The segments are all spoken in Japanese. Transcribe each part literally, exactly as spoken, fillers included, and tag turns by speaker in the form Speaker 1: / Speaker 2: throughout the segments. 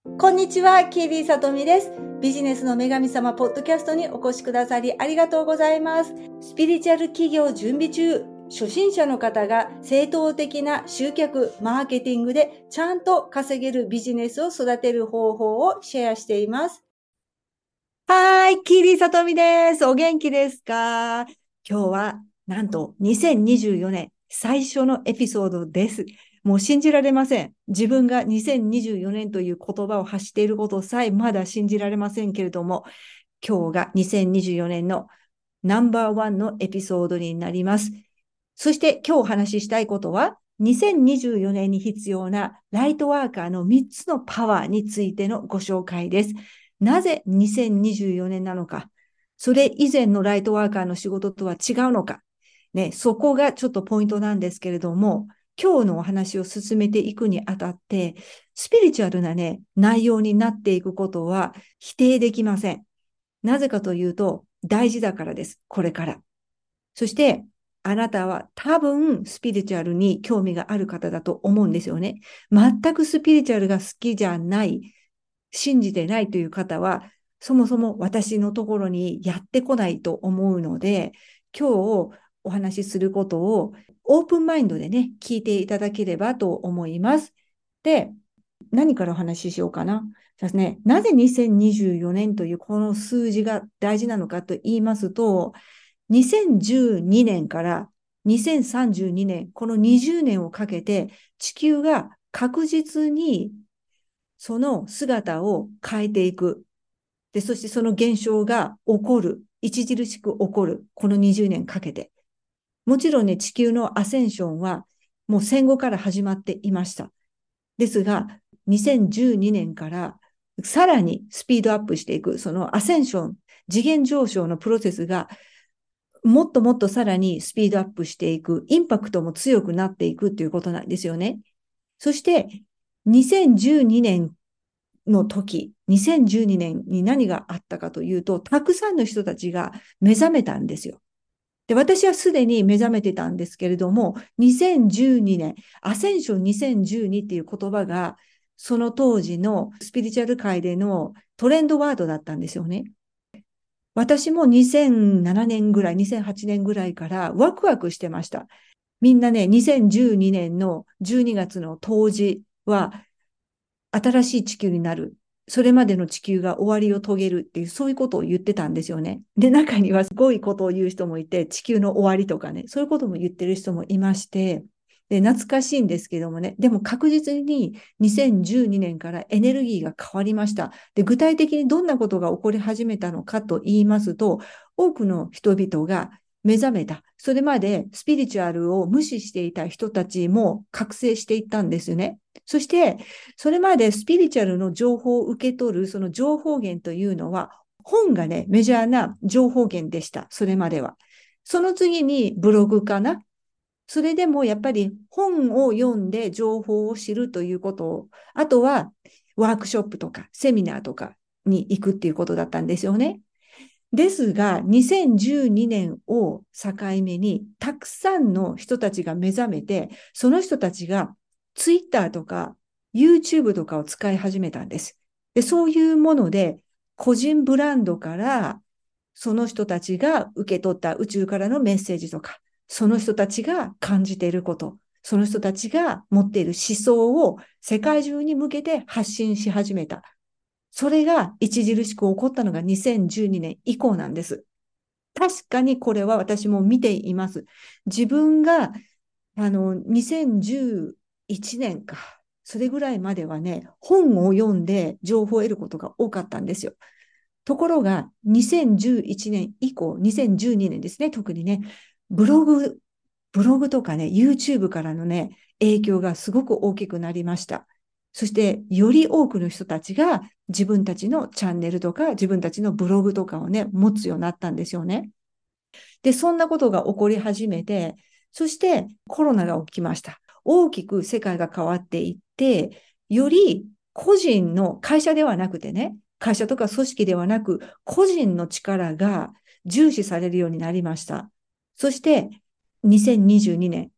Speaker 1: こんにちは、キービーさとみです。ビジネスの女神様ポッドキャストにお越しくださりありがとうございます。スピリチュアル企業準備中、初心者の方が正当的な集客、マーケティングでちゃんと稼げるビジネスを育てる方法をシェアしています。はーい、キービーさとみです。お元気ですか？今日はなんとにせんにじゅうよねん最初のエピソードです。もう信じられません。自分がにせんにじゅうよねんという言葉を発していることさえまだ信じられませんけれども、今日がにせんにじゅうよねんのナンバーワンのエピソードになります。そして今日お話ししたいことは、にせんにじゅうよねんに必要なライトワーカーのみっつのパワーについてのご紹介です。なぜにせんにじゅうよねんなのか、それ以前のライトワーカーの仕事とは違うのか、ね、そこがちょっとポイントなんですけれども、今日のお話を進めていくにあたって、スピリチュアルなね、内容になっていくことは否定できません。なぜかというと、大事だからです、これから。そして、あなたは多分スピリチュアルに興味がある方だと思うんですよね。全くスピリチュアルが好きじゃない、信じてないという方は、そもそも私のところにやってこないと思うので、今日お話しすることをオープンマインドでね、聞いていただければと思います。で、何からお話ししようかな。ですね、なぜにせんにじゅうよねんというこの数字が大事なのかと言いますと、にせんじゅうにねんからにせんさんじゅうにねん、このにじゅうねんをかけて地球が確実にその姿を変えていく。で、そしてその現象が起こる。著しく起こる。このにじゅうねんかけて。もちろんね、地球のアセンションはもう戦後から始まっていました。ですが、にせんじゅうにねんからさらにスピードアップしていく、そのアセンション、次元上昇のプロセスがもっともっとさらにスピードアップしていく、インパクトも強くなっていくということなんですよね。そして、にせんじゅうにねんの時、にせんじゅうにねんに何があったかというと、たくさんの人たちが目覚めたんですよ。で、私はすでに目覚めてたんですけれども、にせんじゅうにねん、アセンションにせんじゅうにっていう言葉が、その当時のスピリチュアル界でのトレンドワードだったんですよね。私もにせんななねんぐらい、にせんはちねんぐらいからワクワクしてました。みんなね、にせんじゅうにねんのじゅうにがつの冬至は、新しい地球になる。それまでの地球が終わりを遂げるっていう、そういうことを言ってたんですよね。で、中にはすごいことを言う人もいて、地球の終わりとかね、そういうことも言ってる人もいまして、で、懐かしいんですけどもね、でも確実ににせんじゅうにねんからエネルギーが変わりました。で、具体的にどんなことが起こり始めたのかと言いますと、多くの人々が目覚めた。それまでスピリチュアルを無視していた人たちも覚醒していったんですよね。そして、それまでスピリチュアルの情報を受け取る、その情報源というのは、本がね、メジャーな情報源でした。それまでは。その次にブログかな。それでもやっぱり本を読んで情報を知るということを、あとはワークショップとかセミナーとかに行くっていうことだったんですよね。ですが、にせんじゅうにねんを境目に、たくさんの人たちが目覚めて、その人たちがツイッターとか YouTube とかを使い始めたんです。で、そういうもので、個人ブランドから、その人たちが受け取った宇宙からのメッセージとか、その人たちが感じていること、その人たちが持っている思想を世界中に向けて発信し始めた。それが著しく起こったのがにせんじゅうにねん以降なんです。確かにこれは私も見ています。自分が、あの、にせんじゅういちねんか、それぐらいまではね、本を読んで情報を得ることが多かったんですよ。ところが、にせんじゅういちねん以降、にせんじゅうにねんですね、特にね、ブログ、ブログとかね、YouTube からのね、影響がすごく大きくなりました。そして、より多くの人たちが自分たちのチャンネルとか、自分たちのブログとかをね、持つようになったんですよね。で、そんなことが起こり始めて、そしてコロナが起きました。大きく世界が変わっていって、より個人の会社ではなくてね、会社とか組織ではなく、個人の力が重視されるようになりました。そして、にせんにじゅうにねん、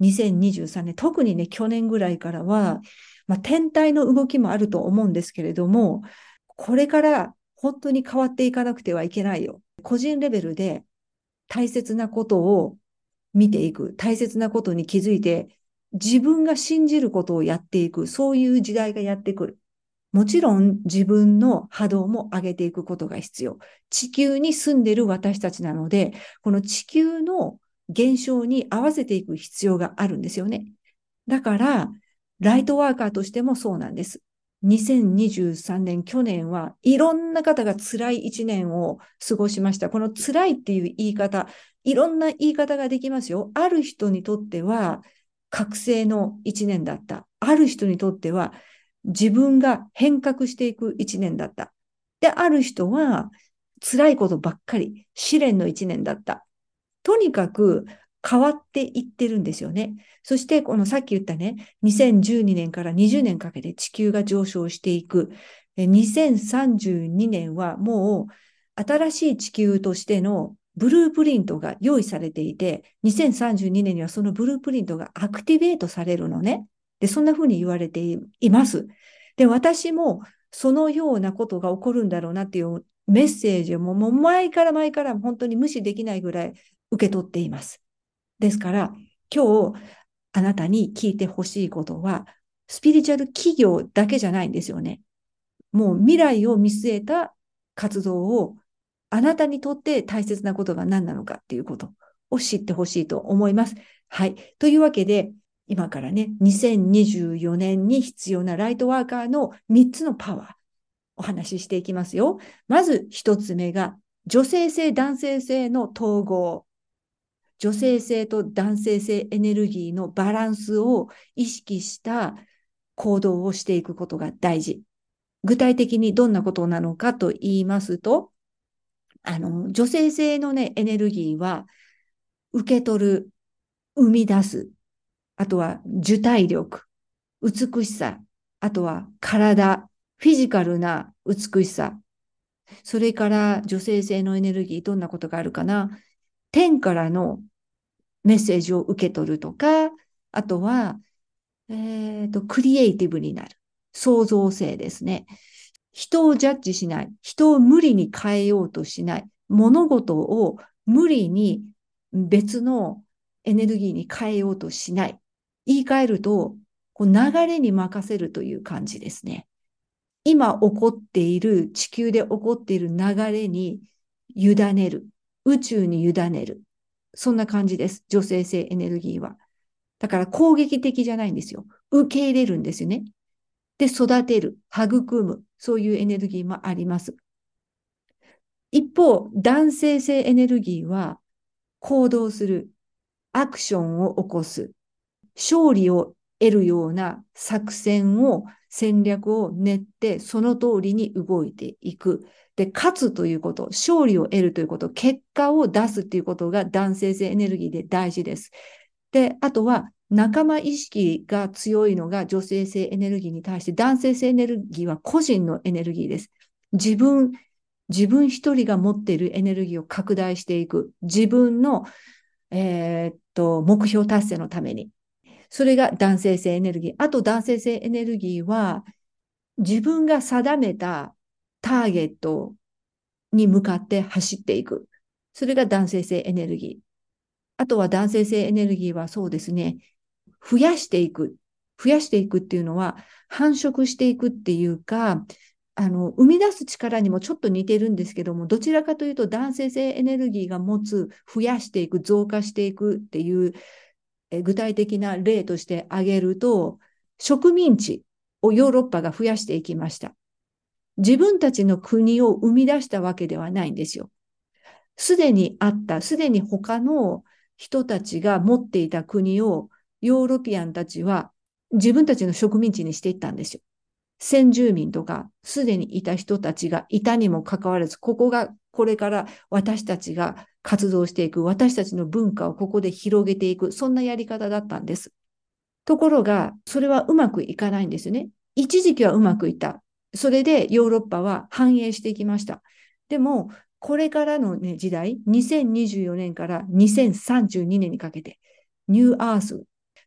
Speaker 1: にせんにじゅうさんねん、特にね、去年ぐらいからは、まあ、天体の動きもあると思うんですけれども、これから本当に変わっていかなくてはいけないよ。個人レベルで大切なことを見ていく、大切なことに気づいて、自分が信じることをやっていく、そういう時代がやってくる。もちろん自分の波動も上げていくことが必要。地球に住んでいる私たちなので、この地球の現象に合わせていく必要があるんですよね。だから、ライトワーカーとしてもそうなんです。にせんにじゅうさんねん、去年はいろんな方が辛いいちねんを過ごしました。この辛いっていう言い方、いろんな言い方ができますよ。ある人にとっては覚醒のいちねんだった。ある人にとっては自分が変革していくいちねんだった。で、ある人は辛いことばっかり、試練のいちねんだった。とにかく変わっていってるんですよね。そして、このさっき言ったね、にせんじゅうにねんからにじゅうねんかけて地球が上昇していく。にせんさんじゅうにねんはもう新しい地球としてのブループリントが用意されていて、にせんさんじゅうにねんにはそのブループリントがアクティベートされるのね。で、そんな風に言われています。で、私もそのようなことが起こるんだろうなっていうメッセージをもう前から前から本当に無視できないぐらい受け取っています。ですから、今日あなたに聞いてほしいことは、スピリチュアル企業だけじゃないんですよね。もう未来を見据えた活動を、あなたにとって大切なことが何なのかっていうことを知ってほしいと思います。はい。というわけで、今からね、にせんにじゅうよねんに必要なライトワーカーのみっつのパワー、お話ししていきますよ。まずひとつめが、女性性、男性性の統合。女性性と男性性エネルギーのバランスを意識した行動をしていくことが大事。具体的にどんなことなのかと言いますと、あの、女性性のね、エネルギーは、受け取る、生み出す、あとは受体力、美しさ、あとは体、フィジカルな美しさ、それから女性性のエネルギー、どんなことがあるかな。天からのメッセージを受け取るとか、あとは、えーと、クリエイティブになる。創造性ですね。人をジャッジしない。人を無理に変えようとしない。物事を無理に別のエネルギーに変えようとしない。言い換えると、こう流れに任せるという感じですね。今起こっている、地球で起こっている流れに委ねる。宇宙に委ねる。そんな感じです。女性性エネルギーは。だから攻撃的じゃないんですよ。受け入れるんですよね。で、育てる、育む、そういうエネルギーもあります。一方、男性性エネルギーは行動する、アクションを起こす、勝利を得るような作戦を、戦略を練って、その通りに動いていく。で、勝つということ、勝利を得るということ、結果を出すということが男性性エネルギーで大事です。で、あとは仲間意識が強いのが女性性エネルギーに対して、男性性エネルギーは個人のエネルギーです。自分、自分一人が持っているエネルギーを拡大していく。自分の、えーっと、目標達成のために。それが男性性エネルギー。あと男性性エネルギーは、自分が定めたターゲットに向かって走っていく。それが男性性エネルギー。あとは男性性エネルギーはそうですね、増やしていく。増やしていくっていうのは、繁殖していくっていうか、あの、生み出す力にもちょっと似てるんですけども、どちらかというと男性性エネルギーが持つ、増やしていく、増加していくっていう、え具体的な例として挙げると、植民地をヨーロッパが増やしていきました。自分たちの国を生み出したわけではないんですよ。すでにあった、すでに他の人たちが持っていた国をヨーロピアンたちは自分たちの植民地にしていったんですよ。先住民とかすでにいた人たちがいたにもかかわらず、ここがこれから私たちが活動していく、私たちの文化をここで広げていく、そんなやり方だったんです。ところが、それはうまくいかないんですよね。一時期はうまくいった。それでヨーロッパは繁栄していきました。でも、これからの、ね、時代、にせんにじゅうよねんからにせんさんじゅうにねんにかけて、ニューアース、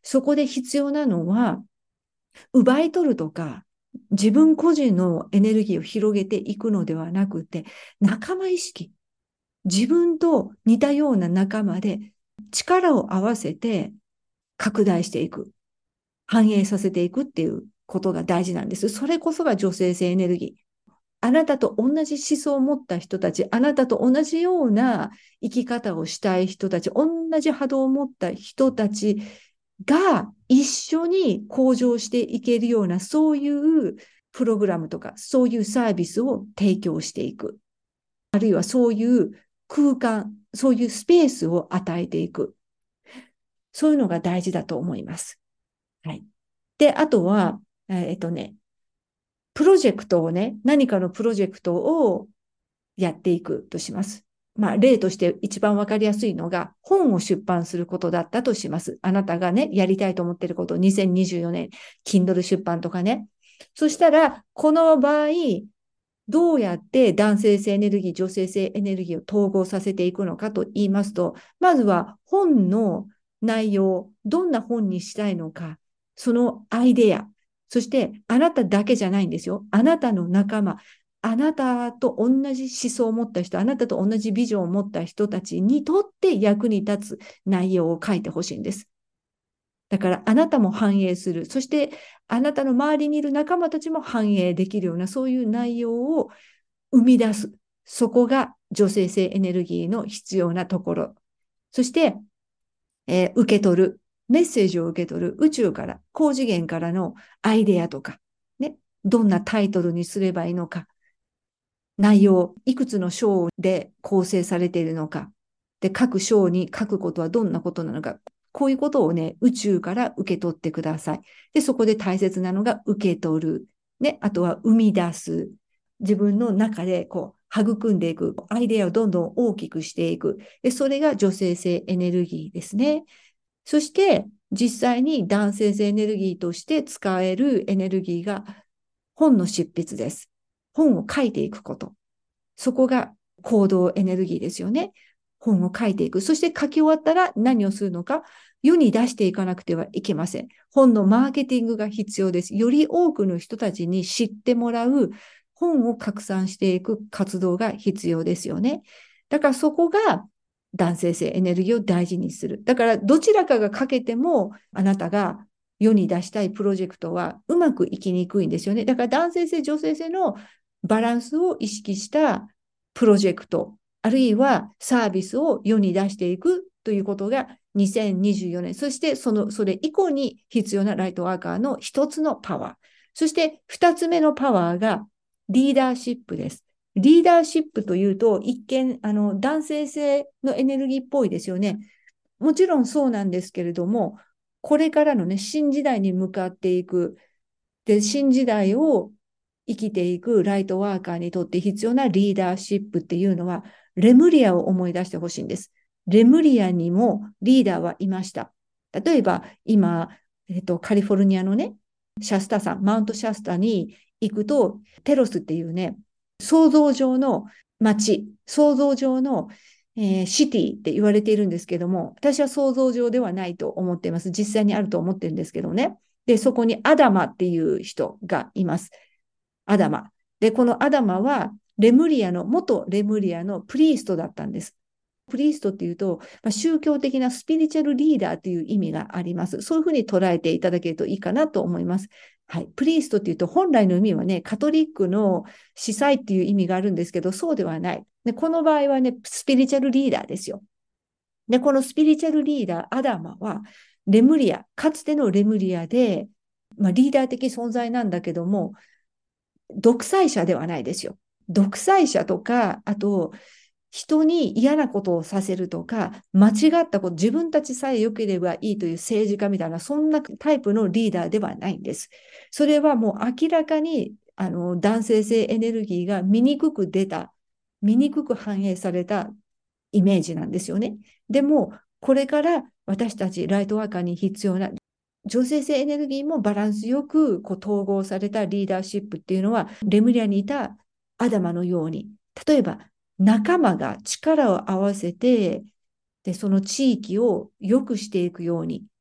Speaker 1: そこで必要なのは、奪い取るとか、自分個人のエネルギーを広げていくのではなくて、仲間意識。自分と似たような仲間で力を合わせて拡大していく。反映させていくっていうことが大事なんです。それこそが女性性エネルギー。あなたと同じ思想を持った人たち、あなたと同じような生き方をしたい人たち、同じ波動を持った人たちが一緒に向上していけるような、そういうプログラムとか、そういうサービスを提供していく。あるいはそういう空間、そういうスペースを与えていく。そういうのが大事だと思います。はい。で、あとは、えっとね、プロジェクトをね、何かのプロジェクトをやっていくとします。まあ、例として一番わかりやすいのが、本を出版することだったとします。あなたがね、やりたいと思っていること、にせんにじゅうよねん、Kindle 出版とかね。そしたら、この場合、どうやって男性性エネルギー、女性性エネルギーを統合させていくのかと言いますと、まずは本の内容、どんな本にしたいのか、そのアイデア、そしてあなただけじゃないんですよ。あなたの仲間、あなたと同じ思想を持った人、あなたと同じビジョンを持った人たちにとって役に立つ内容を書いてほしいんです。だからあなたも反映する。そしてあなたの周りにいる仲間たちも反映できるような、そういう内容を生み出す。そこが女性性エネルギーの必要なところ。そして、えー、受け取る。メッセージを受け取る。宇宙から、高次元からのアイデアとか、ね。どんなタイトルにすればいいのか。内容、いくつの章で構成されているのか。で、各章に書くことはどんなことなのか。こういうことをね、宇宙から受け取ってください。で、そこで大切なのが受け取る。ね、あとは生み出す。自分の中でこう育んでいく。アイデアをどんどん大きくしていく。で、それが女性性エネルギーですね。そして、実際に男性性エネルギーとして使えるエネルギーが本の執筆です。本を書いていくこと。そこが行動エネルギーですよね。本を書いていく。そして書き終わったら何をするのか、世に出していかなくてはいけません。本のマーケティングが必要です。より多くの人たちに知ってもらう、本を拡散していく活動が必要ですよね。だからそこが男性性エネルギーを大事にする。だからどちらかが欠けても、あなたが世に出したいプロジェクトはうまくいきにくいんですよね。だから男性性、女性性のバランスを意識したプロジェクト、あるいはサービスを世に出していくということがにせんにじゅうよねん、そしてその、それ以降に必要なライトワーカーの一つのパワー。そして二つ目のパワーがリーダーシップです。リーダーシップというと、一見、あの、男性性のエネルギーっぽいですよね。もちろんそうなんですけれども、これからのね、新時代に向かっていく。で、新時代を生きていくライトワーカーにとって必要なリーダーシップっていうのは、レムリアを思い出してほしいんです。レムリアにもリーダーはいました。例えば、今、えっと、カリフォルニアのね、シャスタ山、マウントシャスタに行くと、テロスっていうね、想像上の街、想像上の、えーシティって言われているんですけども、私は想像上ではないと思っています。実際にあると思ってるんですけどね。で、そこにアダマっていう人がいます。アダマ。で、このアダマは、レムリアの、元レムリアのプリーストだったんです。プリーストっていうと、まあ、宗教的なスピリチュアルリーダーっていう意味があります。そういうふうに捉えていただけるといいかなと思います。はい。プリーストっていうと、本来の意味はね、カトリックの司祭っていう意味があるんですけど、そうではない。で、この場合はね、スピリチュアルリーダーですよ。で、このスピリチュアルリーダー、アダマは、レムリア、かつてのレムリアで、まあ、リーダー的存在なんだけども、独裁者ではないですよ。独裁者とか、あと、人に嫌なことをさせるとか、間違ったこと、自分たちさえ良ければいいという政治家みたいな、そんなタイプのリーダーではないんです。それはもう明らかに、あの、男性性エネルギーが醜く出た、醜く反映されたイメージなんですよね。でも、これから私たちライトワーカーに必要な女性性エネルギーもバランスよくこう統合されたリーダーシップっていうのは、レムリアにいたアダマのように、例えば仲間が力を合わせて、でその地域を良くしていくように、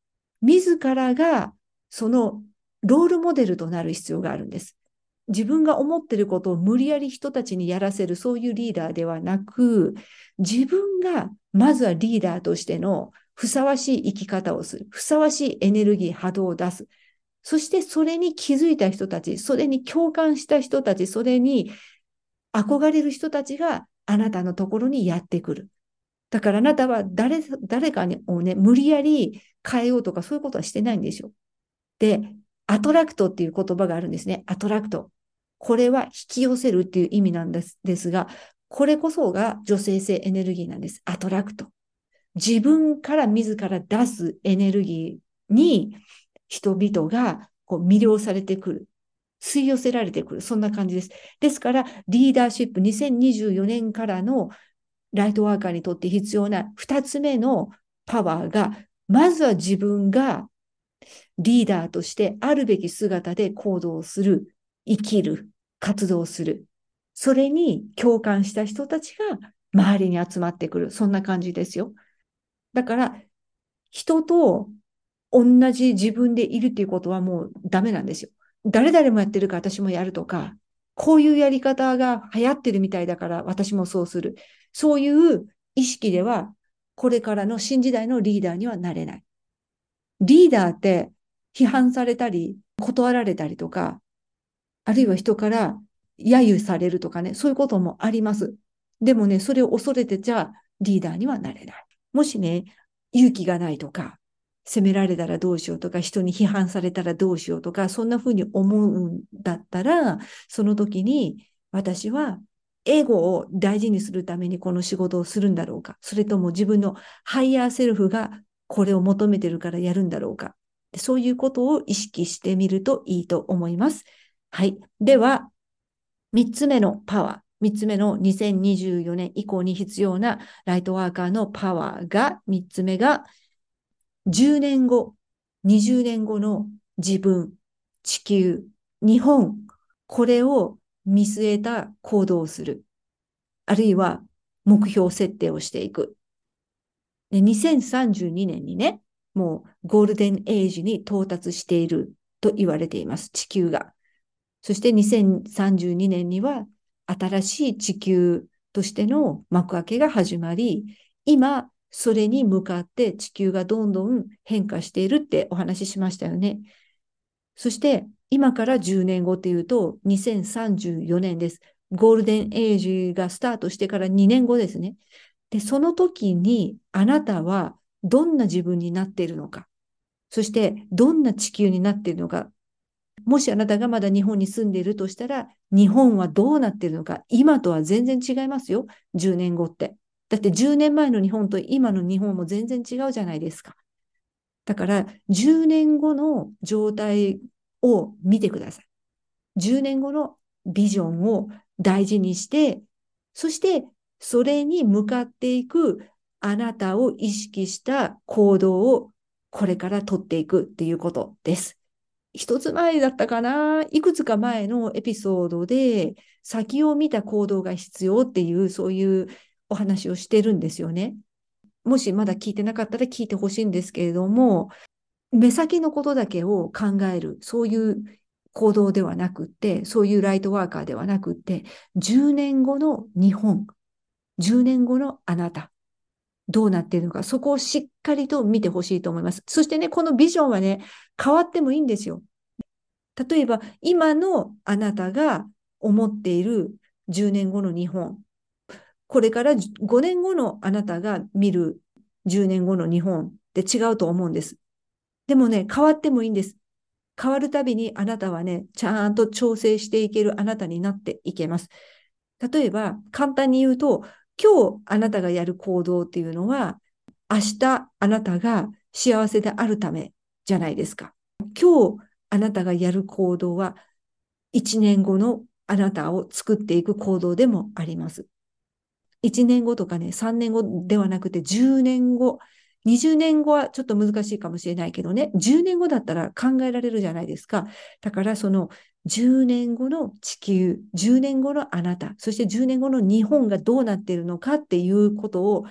Speaker 2: 自らがそのロールモデルとなる必要があるんです。自分が思っていることを無理やり人たちにやらせる、そういうリーダーではなく、自分がまずはリーダーとしてのふさわしい生き方をする。ふさわしいエネルギー、波動を出す。そしてそれに気づいた人たち、それに共感した人たち、それに憧れる人たちがあなたのところにやってくる。だからあなたは誰、誰かをね、無理やり変えようとかそういうことはしてないんですよ。で、アトラクトっていう言葉があるんですね。アトラクト。これは引き寄せるっていう意味なんです、ですが、これこそが女性性エネルギーなんです。アトラクト。自分から自ら出すエネルギーに人々がこう魅了されてくる。吸い寄せられてくる。そんな感じです。ですから、リーダーシップにせんにじゅうよねんからのライトワーカーにとって必要な二つ目のパワーが、まずは自分がリーダーとしてあるべき姿で行動する、生きる、活動する。それに共感した人たちが周りに集まってくる。そんな感じですよ。だから、人と同じ自分でいるっていうことはもうダメなんですよ。誰々もやってるから私もやるとか、こういうやり方が流行ってるみたいだから私もそうする。そういう意識では、これからの新時代のリーダーにはなれない。リーダーって批判されたり、断られたりとか、あるいは人から揶揄されるとかね、そういうこともあります。でもね、それを恐れてじゃリーダーにはなれない。もしね、勇気がないとか、責められたらどうしようとか、人に批判されたらどうしようとか、そんな風に思うんだったら、その時に私はエゴを大事にするためにこの仕事をするんだろうか、それとも自分のハイヤーセルフがこれを求めてるからやるんだろうか、そういうことを意識してみるといいと思います。はい。では、三つ目のパワー。三つ目のにせんにじゅうよねん以降に必要なライトワーカーのパワーが、三つ目が、じゅうねんご、にじゅうねんごの自分、地球、日本、これを見据えた行動をする。あるいは目標設定をしていく。で、にせんさんじゅうにねんにね、もうゴールデンエイジに到達していると言われています、地球が。そしてにせんさんじゅうにねんには新しい地球としての幕開けが始まり、今、それに向かって地球がどんどん変化しているってお話ししましたよね。そして今からじゅうねんごっていうとにせんさんじゅうよねんです。ゴールデンエイジがスタートしてからにねんごですね。で、その時にあなたはどんな自分になっているのか、そしてどんな地球になっているのか、もしあなたがまだ日本に住んでいるとしたら、日本はどうなっているのか、今とは全然違いますよ、じゅうねんごって。だってじゅうねんまえの日本と今の日本も全然違うじゃないですか。だからじゅうねんごの状態を見てください。じゅうねんごのビジョンを大事にして、そしてそれに向かっていくあなたを意識した行動をこれから取っていくっていうことです。一つ前だったかな、いくつか前のエピソードで先を見た行動が必要っていうそういうお話をしてるんですよね。もしまだ聞いてなかったら聞いてほしいんですけれども、目先のことだけを考える、そういう行動ではなくって、そういうライトワーカーではなくって、じゅうねんごの日本、じゅうねんごのあなた、どうなっているのか、そこをしっかりと見てほしいと思います。そしてね、このビジョンはね、変わってもいいんですよ。例えば、今のあなたが思っているじゅうねんごの日本、これからごねんごのあなたが見るじゅうねんごの日本って違うと思うんです。でもね、変わってもいいんです。変わるたびにあなたはね、ちゃんと調整していけるあなたになっていけます。例えば、簡単に言うと、今日あなたがやる行動っていうのは、明日あなたが幸せであるためじゃないですか。今日あなたがやる行動は、いちねんごのあなたを作っていく行動でもあります。いちねんごとかね、さんねんごではなくてじゅうねんご、にじゅうねんごはちょっと難しいかもしれないけどね、じゅうねんごだったら考えられるじゃないですか。だからそのじゅうねんごの地球、じゅうねんごのあなた、そしてじゅうねんごの日本がどうなっているのかっていうことを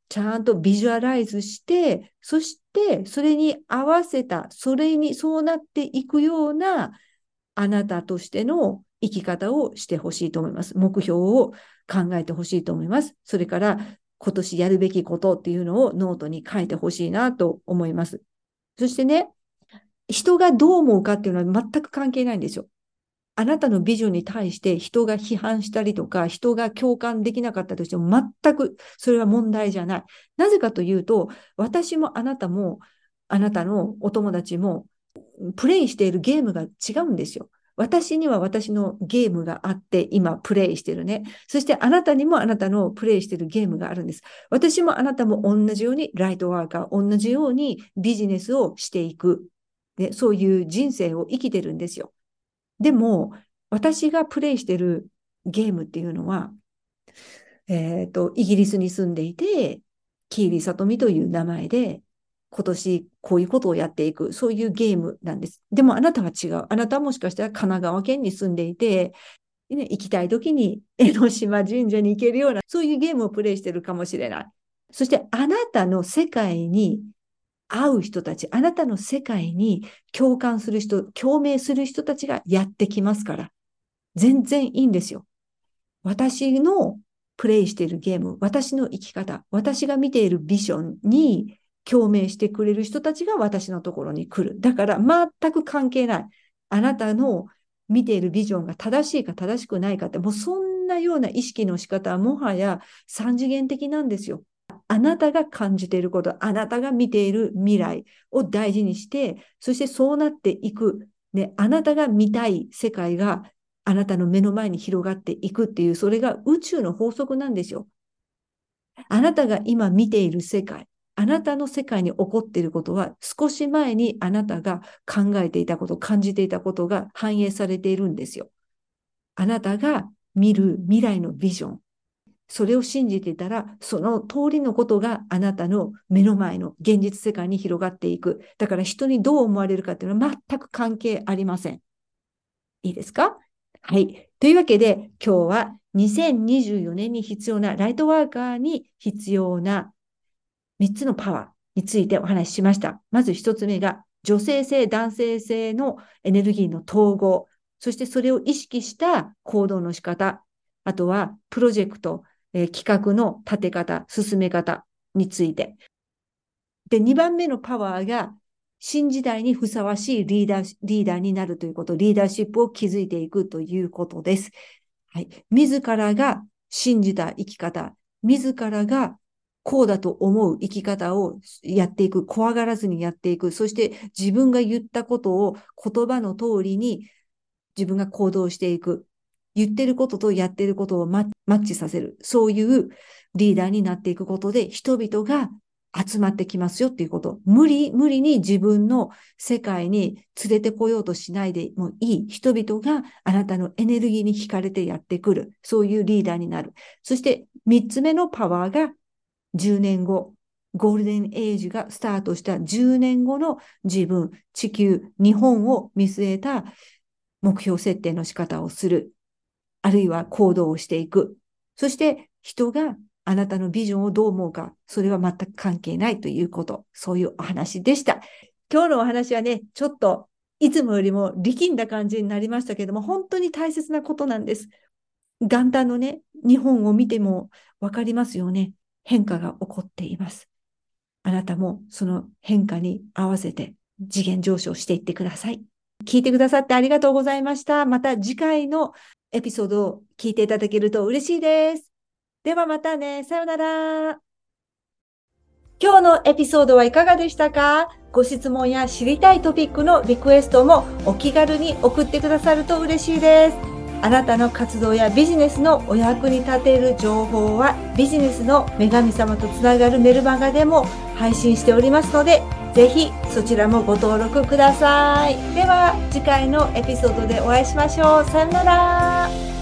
Speaker 2: ちゃんとビジュアライズして、そしてそれに合わせた、それにそうなっていくようなあなたとしての生き方をしてほしいと思います。目標を考えてほしいと思います。それから今年やるべきことっていうのをノートに書いてほしいなと思います。そしてね、人がどう思うかっていうのは全く関係ないんですよ。あなたのビジョンに対して人が批判したりとか、人が共感できなかったとしても全くそれは問題じゃない。なぜかというと、私もあなたも、あなたのお友達も、プレイしているゲームが違うんですよ。私には私のゲームがあって、今プレイしてるね。そしてあなたにもあなたのプレイしてるゲームがあるんです。私もあなたも同じようにライトワーカー、同じようにビジネスをしていく。ね、そういう人生を生きてるんですよ。でも、私がプレイしてるゲームっていうのは、えっと、イギリスに住んでいて、キーリさとみという名前で、今年こういうことをやっていく、そういうゲームなんです。でもあなたは違う。あなたはもしかしたら神奈川県に住んでいて、ね、行きたい時に江ノ島神社に行けるような、そういうゲームをプレイしてるかもしれない。そしてあなたの世界に合う人たち、あなたの世界に共感する人、共鳴する人たちがやってきますから、全然いいんですよ。私のプレイしているゲーム、私の生き方、私が見ているビジョンに共鳴してくれる人たちが私のところに来る。だから全く関係ない。あなたの見ているビジョンが正しいか正しくないかって、もうそんなような意識の仕方はもはや三次元的なんですよ。あなたが感じていること、あなたが見ている未来を大事にして、そしてそうなっていく、ね、あなたが見たい世界があなたの目の前に広がっていくっていう、それが宇宙の法則なんですよ。あなたが今見ている世界、あなたの世界に起こっていることは、少し前にあなたが考えていたこと、感じていたことが反映されているんですよ。あなたが見る未来のビジョン、それを信じていたら、その通りのことがあなたの目の前の現実世界に広がっていく。だから人にどう思われるかっていうのは全く関係ありません。いいですか？はい。というわけで、今日はにせんにじゅうよねんに必要な、ライトワーカーに必要なみっつのパワーについてお話ししました。まずひとつめが、女性性、男性性のエネルギーの統合。そしてそれを意識した行動の仕方。あとは、プロジェクト、えー、企画の立て方、進め方について。で、にばんめのパワーが、新時代にふさわしいリーダー、リーダーになるということ、リーダーシップを築いていくということです。はい。自らが信じた生き方、自らがこうだと思う生き方をやっていく、怖がらずにやっていく、そして自分が言ったことを言葉の通りに自分が行動していく。言ってることとやってることをマッチさせる。そういうリーダーになっていくことで、人々が集まってきますよっていうこと。無理、無理に自分の世界に連れてこようとしないでもいい。人々があなたのエネルギーに惹かれてやってくる。そういうリーダーになる。そして三つ目のパワーがじゅうねんご。ゴールデンエイジがスタートしたじゅうねんごの自分、地球、日本を見据えた目標設定の仕方をする。あるいは行動をしていく。そして人があなたのビジョンをどう思うか、それは全く関係ないということ、そういうお話でした。今日のお話はね、ちょっといつもよりも力んだ感じになりましたけども、本当に大切なことなんです。元旦のね、日本を見てもわかりますよね。変化が起こっています。あなたもその変化に合わせて次元上昇していってください。聞いてくださってありがとうございました。また次回のエピソードを聞いていただけると嬉しいです。ではまたね。さよなら。今日のエピソードはいかがでしたか？ご質問や知りたいトピックのリクエストもお気軽に送ってくださると嬉しいです。あなたの活動やビジネスのお役に立てる情報はビジネスの女神様とつながるメルマガでも配信しておりますので、ぜひそちらもご登録ください。では次回のエピソードでお会いしましょう。さよなら。